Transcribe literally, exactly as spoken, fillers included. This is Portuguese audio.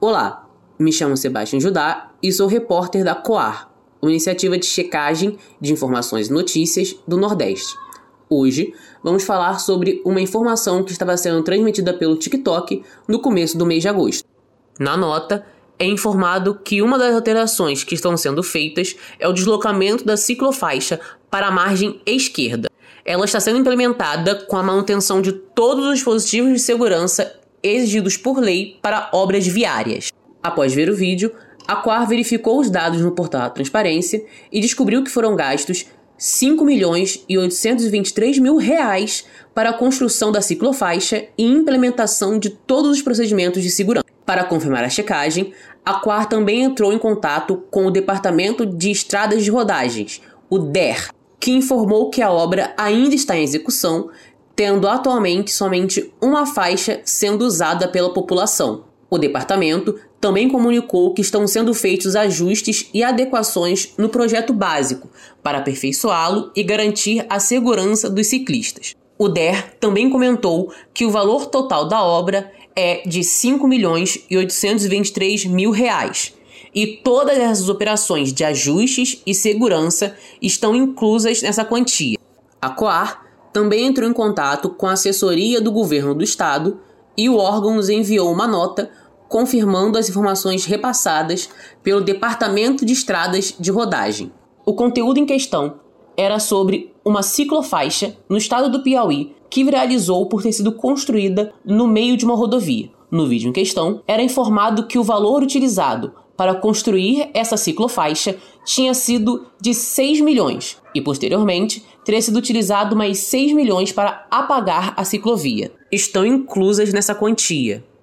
Olá, me chamo Sebastião Judá e sou repórter da Coar, uma iniciativa de checagem de informações e notícias do Nordeste. Hoje, vamos falar sobre uma informação que estava sendo transmitida pelo TikTok no começo do mês de agosto. Na nota, é informado que uma das alterações que estão sendo feitas é o deslocamento da ciclofaixa para a margem esquerda. Ela está sendo implementada com a manutenção de todos os dispositivos de segurança exigidos por lei para obras viárias. Após ver o vídeo, a Coar verificou os dados no portal da Transparência e descobriu que foram gastos cinco milhões e oitocentos e vinte e três mil reais para a construção da ciclofaixa e implementação de todos os procedimentos de segurança. Para confirmar a checagem, a Coar também entrou em contato com o Departamento de Estradas de Rodagens, o D E R, que informou que a obra ainda está em execução, tendo atualmente somente uma faixa sendo usada pela população. O departamento também comunicou que estão sendo feitos ajustes e adequações no projeto básico para aperfeiçoá-lo e garantir a segurança dos ciclistas. O D E R também comentou que o valor total da obra é de cinco milhões e oitocentos e vinte e três mil reais e todas essas operações de ajustes e segurança estão inclusas nessa quantia. A Coar também entrou em contato com a assessoria do governo do estado e o órgão nos enviou uma nota confirmando as informações repassadas pelo Departamento de Estradas de Rodagem. O conteúdo em questão era sobre uma ciclofaixa no estado do Piauí que viralizou por ter sido construída no meio de uma rodovia. No vídeo em questão, era informado que o valor utilizado para construir essa ciclofaixa tinha sido de seis milhões e, posteriormente, teria sido utilizado mais seis milhões para apagar a ciclovia. Estão inclusas nessa quantia